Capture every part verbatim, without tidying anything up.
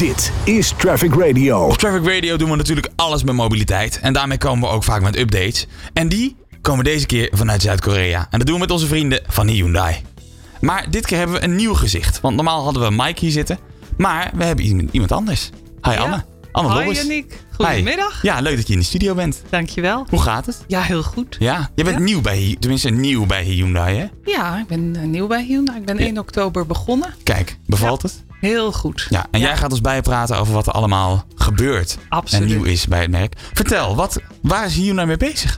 Dit is Traffic Radio. Op Traffic Radio doen we natuurlijk alles met mobiliteit. En daarmee komen we ook vaak met updates. En die komen deze keer vanuit Zuid-Korea. En dat doen we met onze vrienden van Hyundai. Maar dit keer hebben we een nieuw gezicht. Want normaal hadden we Mike hier zitten. Maar we hebben iemand anders. Hi Anne. Ja. Anne Hoi Lobbes. Yannick. Goedemiddag. Hi. Ja, leuk dat je in de studio bent. Dankjewel. Hoe gaat het? Ja, heel goed. Ja, je bent Ja. nieuw bij, tenminste nieuw bij Hyundai, hè? Ja, ik ben uh, nieuw bij Hyundai. Ik ben Ja. één oktober begonnen. Kijk, bevalt Ja. het? Heel goed. Ja, en Ja. jij gaat ons bijpraten over wat er allemaal gebeurt. Absoluut. En nieuw is bij het merk. Vertel, wat, waar is Hyundai mee bezig?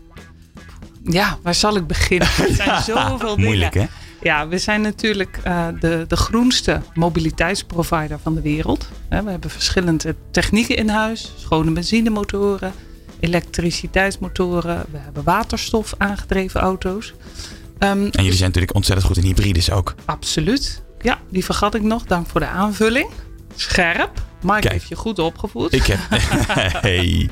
Ja, waar zal ik beginnen? Er zijn zoveel dingen. Moeilijk, hè? Ja, we zijn natuurlijk uh, de, de groenste mobiliteitsprovider van de wereld. Uh, we hebben verschillende technieken in huis. Schone benzinemotoren, elektriciteitsmotoren. We hebben waterstof aangedreven auto's. Um, En jullie zijn natuurlijk ontzettend goed in hybrides ook. Absoluut. Ja, die vergat ik nog. Dank voor de aanvulling. Scherp. Mike Kijk. heeft je goed opgevoed. Ik heb... hey.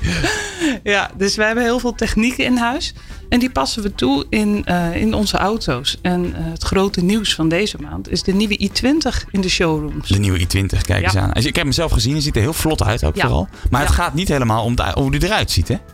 Ja, dus wij hebben heel veel technieken in huis. En die passen we toe in, uh, in onze auto's. En uh, het grote nieuws van deze maand is de nieuwe i twintig in de showrooms. De nieuwe i twintig, kijk eens Ja. aan. Ik heb hem zelf gezien, hij ziet er heel vlot uit ook Ja. vooral. Maar het Ja. gaat niet helemaal om de, hoe hij eruit ziet, hè?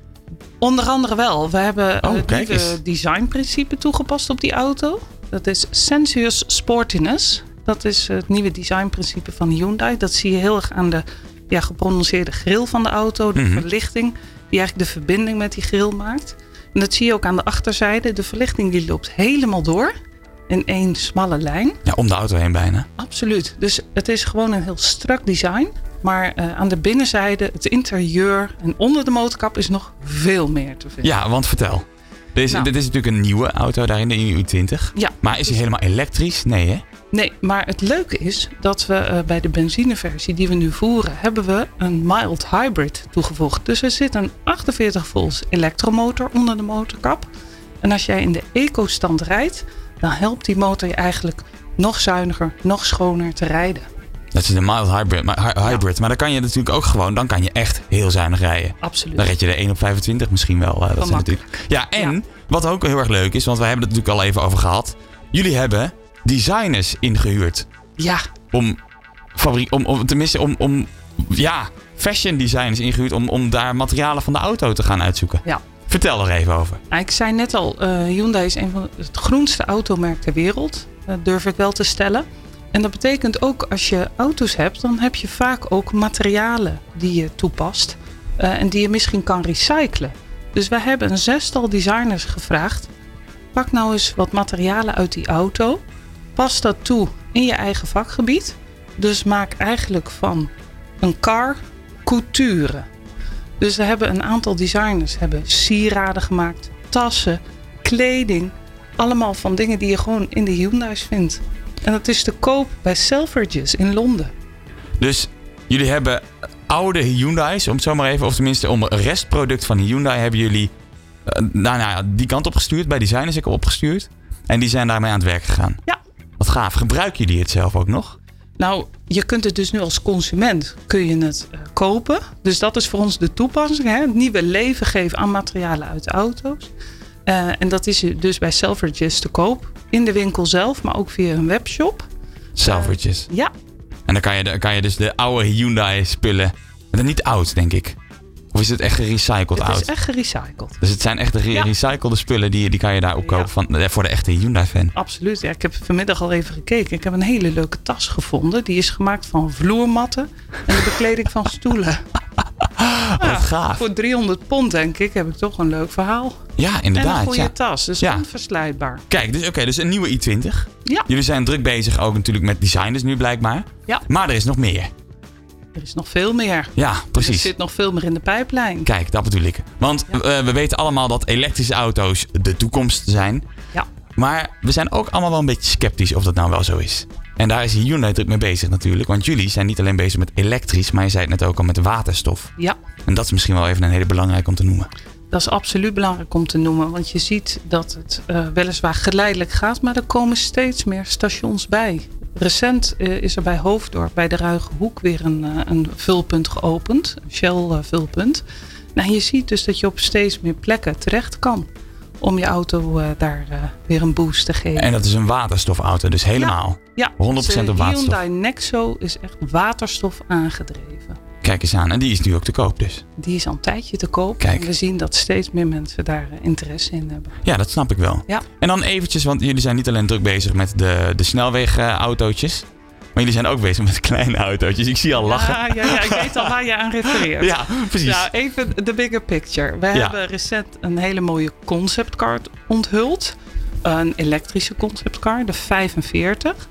Onder andere wel. We hebben Oh, uh, het kijk nieuwe eens. designprincipe toegepast op die auto. Dat is Sensuous Sportiness. Dat is het nieuwe designprincipe van Hyundai. Dat zie je heel erg aan de ja, geprononceerde grill van de auto. De Mhm. verlichting die eigenlijk de verbinding met die grill maakt. En dat zie je ook aan de achterzijde. De verlichting die loopt helemaal door in één smalle lijn. Ja, om de auto heen bijna. Absoluut. Dus het is gewoon een heel strak design. Maar uh, aan de binnenzijde, het interieur en onder de motorkap is nog veel meer te vinden. Ja, want vertel. Dit is, Nou. dit is natuurlijk een nieuwe auto daarin, de i twintig. Ja, Maar is hij helemaal elektrisch? Nee, hè? Nee, maar het leuke is dat we uh, bij de benzineversie die we nu voeren, hebben we een mild hybrid toegevoegd. Dus er zit een achtenveertig volts elektromotor onder de motorkap. En als jij in de eco-stand rijdt, dan helpt die motor je eigenlijk nog zuiniger, nog schoner te rijden. Dat is een mild hybrid. Maar, hy- hybrid. maar dan kan je natuurlijk ook gewoon, dan kan je echt heel zuinig rijden. Absoluut. Dan red je er één op vijfentwintig misschien wel. Uh, dat is makkelijk. natuurlijk. Ja, en Ja. wat ook heel erg leuk is, want we hebben het natuurlijk al even over gehad. Jullie hebben designers ingehuurd. Ja, Om, fabriek, om, om tenminste om, om ja, fashion designers ingehuurd om, om daar materialen van de auto te gaan uitzoeken. ja. Vertel er even over. Nou, ik zei net al, uh, Hyundai is een van het groenste automerk ter wereld. Dat durf ik wel te stellen. En dat betekent ook als je auto's hebt, dan heb je vaak ook materialen die je toepast. Uh, en die je misschien kan recyclen. Dus wij hebben een zestal designers gevraagd. Pak nou eens wat materialen uit die auto. Pas dat toe in je eigen vakgebied. Dus maak eigenlijk van een car couture. Dus we hebben een aantal designers hebben sieraden gemaakt, tassen, kleding. Allemaal van dingen die je gewoon in de Hyundai's vindt. En dat is te koop bij Selfridges in Londen. Dus jullie hebben oude Hyundai's, om het zo maar even, of tenminste om een restproduct van Hyundai hebben jullie uh, nou, nou, die kant op gestuurd, bij designers ik opgestuurd. En die zijn daarmee aan het werk gegaan. Ja. Wat gaaf. Gebruiken jullie het zelf ook nog? Nou, je kunt het dus nu als consument kun je het uh, kopen. Dus dat is voor ons de toepassing. Hè? Het nieuwe leven geven aan materialen uit auto's. Uh, en dat is dus bij Selfridges te koop. In de winkel zelf, maar ook via een webshop. Selfridges. Uh, ja. En dan kan je, dan kan je dus de oude Hyundai spullen. Maar dan niet oud, denk ik. Of is het echt gerecycled Het oud? is echt gerecycled. Dus het zijn echt de gerecyclede ja. spullen die, die kan je daar opkopen Ja. van, voor de echte Hyundai-fan. Absoluut. Ja, ik heb vanmiddag al even gekeken. Ik heb een hele leuke tas gevonden. Die is gemaakt van vloermatten en de bekleding van stoelen. Ja, wat gaaf. Voor driehonderd pond, denk ik, heb ik toch een leuk verhaal. Ja, inderdaad. En een goede ja. tas. Dus Ja. onverslijtbaar. Kijk, dus, oké, dus een nieuwe i twintig. Ja. Jullie zijn druk bezig ook natuurlijk met designers nu blijkbaar. Ja. Maar er is nog meer. Er is nog veel meer. Ja, Er precies. zit nog veel meer in de pijplijn. Kijk, dat bedoel ik. Want Ja. uh, we weten allemaal dat elektrische auto's de toekomst zijn. Ja. Maar we zijn ook allemaal wel een beetje sceptisch of dat nou wel zo is. En daar is Hyundai druk mee bezig natuurlijk. Want jullie zijn niet alleen bezig met elektrisch, maar je zei het net ook al met waterstof. Ja. En dat is misschien wel even een hele belangrijke om te noemen. Dat is absoluut belangrijk om te noemen. Want je ziet dat het uh, weliswaar geleidelijk gaat, maar er komen steeds meer stations bij. Recent uh, is er bij Hoofddorp, bij de Ruige Hoek, weer een, uh, een vulpunt geopend. Een Shell uh, vulpunt. Nou, je ziet dus dat je op steeds meer plekken terecht kan. om je auto uh, daar uh, weer een boost te geven. En dat is een waterstofauto, dus helemaal. Ja, ja. honderd procent op dus, uh, waterstof. Hyundai Nexo is echt waterstof aangedreven. Kijk eens aan. En die is nu ook te koop dus. Die is al een tijdje te koop. Kijk. En we zien dat steeds meer mensen daar uh, interesse in hebben. Ja, dat snap ik wel. Ja. En dan eventjes, want jullie zijn niet alleen druk bezig met de, de snelwegautootjes. Maar jullie zijn ook bezig met kleine autootjes. Ik zie al lachen. Ja, ja, ja, ik weet al waar je aan refereert. Ja, precies. Nou, even de bigger picture. We Ja. hebben recent een hele mooie conceptcar onthuld. Een elektrische conceptcar, de vijfenveertig.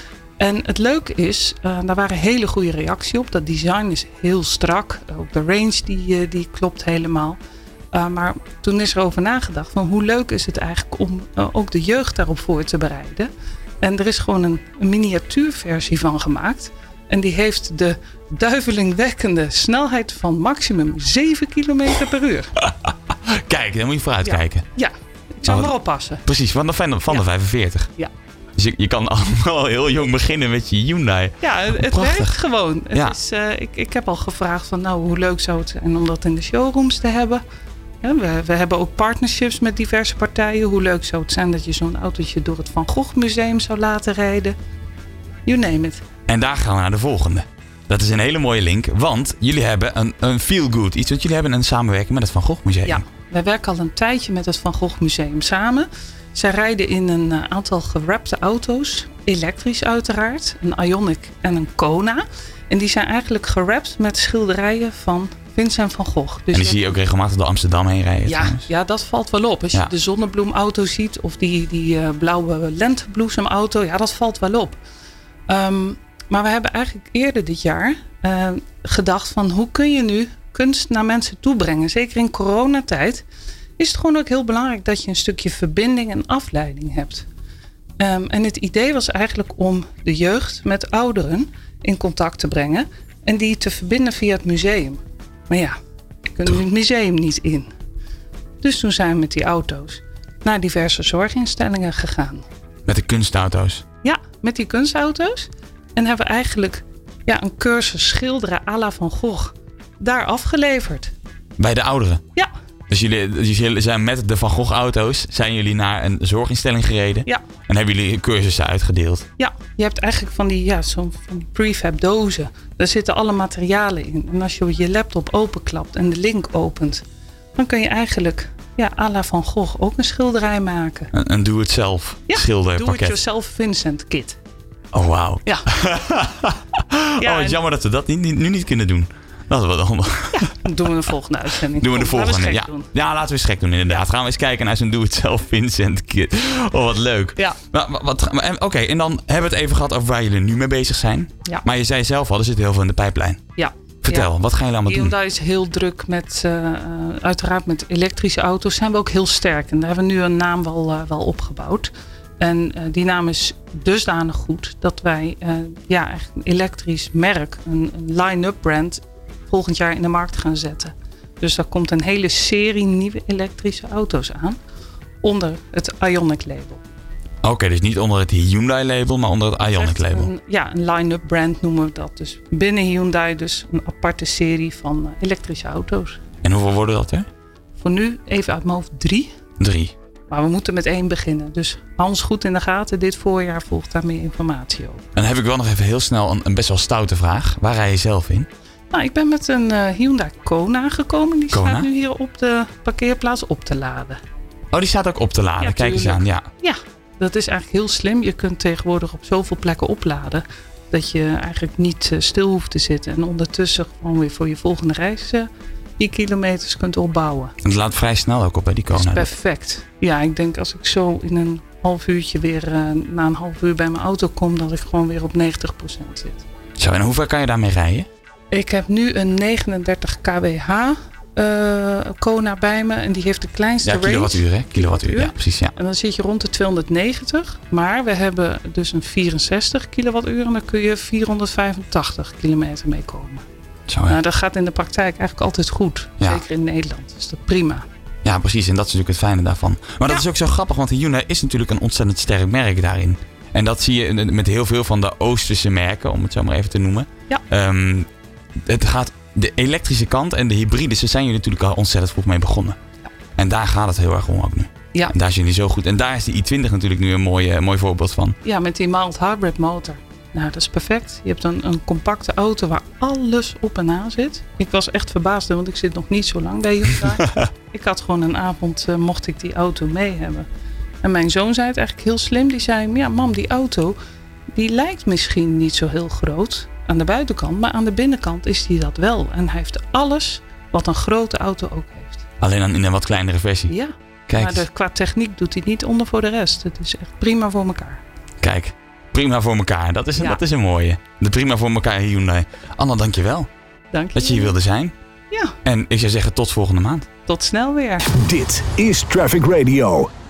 En het leuke is, uh, daar waren hele goede reacties op. Dat design is heel strak. Ook de range die, uh, die klopt helemaal. Uh, maar toen is er over nagedacht van hoe leuk is het eigenlijk om uh, ook de jeugd daarop voor te bereiden. En er is gewoon een, een miniatuurversie van gemaakt. En die heeft de duivelingwekkende snelheid van maximum zeven kilometer per uur. Kijk, daar moet je vooruit Ja. kijken. Ja, ik zou Oh, maar oppassen. Precies, van de, van de Ja. vijfenveertig. Ja. Dus je, je kan allemaal heel jong beginnen met je Hyundai. Ja, het, het Prachtig. werkt gewoon. Het Ja. is, uh, ik, ik heb al gevraagd van nou, hoe leuk zou het zijn om dat in de showrooms te hebben. Ja, we, we hebben ook partnerships met diverse partijen. Hoe leuk zou het zijn dat je zo'n autootje door het Van Gogh Museum zou laten rijden. You name it. En daar gaan we naar de volgende. Dat is een hele mooie link, want jullie hebben een, een feel good. Iets wat jullie hebben een samenwerking met het Van Gogh Museum. Ja, wij werken al een tijdje met het Van Gogh Museum samen. Zij rijden in een uh, aantal gerapte auto's. Elektrisch uiteraard. Een Ioniq en een Kona. En die zijn eigenlijk gerapt met schilderijen van Vincent van Gogh. Dus En die zie je ook regelmatig door Amsterdam heen rijden. Ja, trouwens. ja, dat valt wel op. Als je Ja. de zonnebloemauto ziet of die, die uh, blauwe lentebloesemauto, ja, dat valt wel op. Um, maar we hebben eigenlijk eerder dit jaar uh, gedacht van hoe kun je nu kunst naar mensen toe brengen? Zeker in coronatijd is het gewoon ook heel belangrijk dat je een stukje verbinding en afleiding hebt. Um, en het idee was eigenlijk om de jeugd met ouderen in contact te brengen en die te verbinden via het museum. Maar ja, we kunnen het museum niet in. Dus toen zijn we met die auto's naar diverse zorginstellingen gegaan. Met de kunstauto's. Ja, met die kunstauto's. En hebben we eigenlijk ja, een cursus schilderen à la Van Gogh daar afgeleverd. Bij de ouderen. Ja, Dus jullie, dus jullie zijn met de Van Gogh auto's zijn jullie naar een zorginstelling gereden. ja, En hebben jullie cursussen uitgedeeld. ja. Je hebt eigenlijk van die, ja, zo'n van die prefab dozen. Daar zitten alle materialen in. En als je je laptop openklapt en de link opent, dan kun je eigenlijk ja, à la Van Gogh ook een schilderij maken. Een, een doe-het-zelf Ja, schilderpakket. do-it-yourself Vincent kit. Oh, wauw. Ja. Oh, ja, wat en jammer dat we dat niet, niet- nu niet kunnen doen. Dat is wat anders. dan doen we een volgende uitzending. Doen we de Kom, laten we volgende. eens Ja. gek doen. ja, laten we eens gek doen inderdaad. Gaan we eens kijken naar zo'n doe-het-zelf Vincent kit. Oh, wat leuk. Ja. Maar, wat- wat, maar, en- Oké, en dan hebben we het even gehad over waar jullie nu mee bezig zijn. Ja. Maar je zei zelf al, er zit heel veel in de pijplijn. Ja. Vertel, Ja. wat gaan jullie allemaal doen? Hyundai is heel druk met, uh, uiteraard met elektrische auto's. Zijn we ook heel sterk. En daar hebben we nu een naam wel, uh, wel opgebouwd. En uh, die naam is dusdanig goed dat wij uh, ja, echt een elektrisch merk, een, een line-up brand, volgend jaar in de markt gaan zetten. Dus daar komt een hele serie nieuwe elektrische auto's aan onder het Ioniq label. Oké, dus niet onder het Hyundai label, maar onder het Ioniq Echt label. Een, ja, een line-up brand noemen we dat. Dus binnen Hyundai dus een aparte serie van uh, elektrische auto's. En hoeveel worden dat er? Voor nu even uit mijn hoofd drie. Drie. Maar we moeten met één beginnen. Dus hou ons goed in de gaten. Dit voorjaar volgt daar meer informatie over. Dan heb ik wel nog even heel snel een, een best wel stoute vraag. Waar rij je zelf in? Nou, ik ben met een uh, Hyundai Kona gekomen. Die Kona? staat nu hier op de parkeerplaats op te laden. Oh, die staat ook op te laden. Ja, Kijk eens tuurlijk. aan. Ja. Ja, dat is eigenlijk heel slim. Je kunt tegenwoordig op zoveel plekken opladen. Dat je eigenlijk niet uh, stil hoeft te zitten. En ondertussen gewoon weer voor je volgende reis uh, die kilometers kunt opbouwen. En het laat vrij snel ook op bij die Dat is Kona. perfect. Ja, ik denk als ik zo in een half uurtje weer uh, na een half uur bij mijn auto kom, dat ik gewoon weer op negentig procent zit. Zo, en hoe ver kan je daarmee rijden? Ik heb nu een negenendertig kilowatt uh, Kona bij me en die heeft de kleinste Ja, range. kilowattuur hè? Kilowattuur, ja precies. Ja. En dan zit je rond de tweehonderdnegentig. Maar we hebben dus een vierenzestig kilowattuur en dan kun je vierhonderdvijfentachtig kilometer mee komen. Zo, hè? Nou, dat gaat in de praktijk eigenlijk altijd goed. Ja. Zeker in Nederland. Dus dat is prima. Ja, precies. En dat is natuurlijk het fijne daarvan. Maar dat Ja. is ook zo grappig, want Hyundai is natuurlijk een ontzettend sterk merk daarin. En dat zie je met heel veel van de Oosterse merken, om het zo maar even te noemen. Ja. Um, het gaat, de elektrische kant en de hybrides, daar zijn jullie natuurlijk al ontzettend vroeg mee begonnen. Ja. En daar gaat het heel erg om ook nu. Ja. En daar zijn die zo goed. En daar is de i twintig natuurlijk nu een mooi, uh, mooi voorbeeld van. Ja, met die mild hybrid motor. Nou, dat is perfect. Je hebt een, een compacte auto waar alles op en aan zit. Ik was echt verbaasd, want ik zit nog niet zo lang bij Hyundai. Ik had gewoon een avond, uh, mocht ik die auto mee hebben. En mijn zoon zei het eigenlijk heel slim. Die zei, ja mam, die auto, die lijkt misschien niet zo heel groot aan de buitenkant. Maar aan de binnenkant is die dat wel. En hij heeft alles wat een grote auto ook heeft. Alleen dan in een wat kleinere versie. Ja, Kijk. maar de, qua techniek doet hij niet onder voor de rest. Het is echt prima voor elkaar. Kijk, prima voor elkaar. Dat is, Ja. dat is een mooie. De prima voor elkaar Hyundai. Anna, dankjewel Dank je. dat je hier wilde zijn. Ja, En ik zou zeggen tot volgende maand. tot snel weer. Dit is Traffic Radio.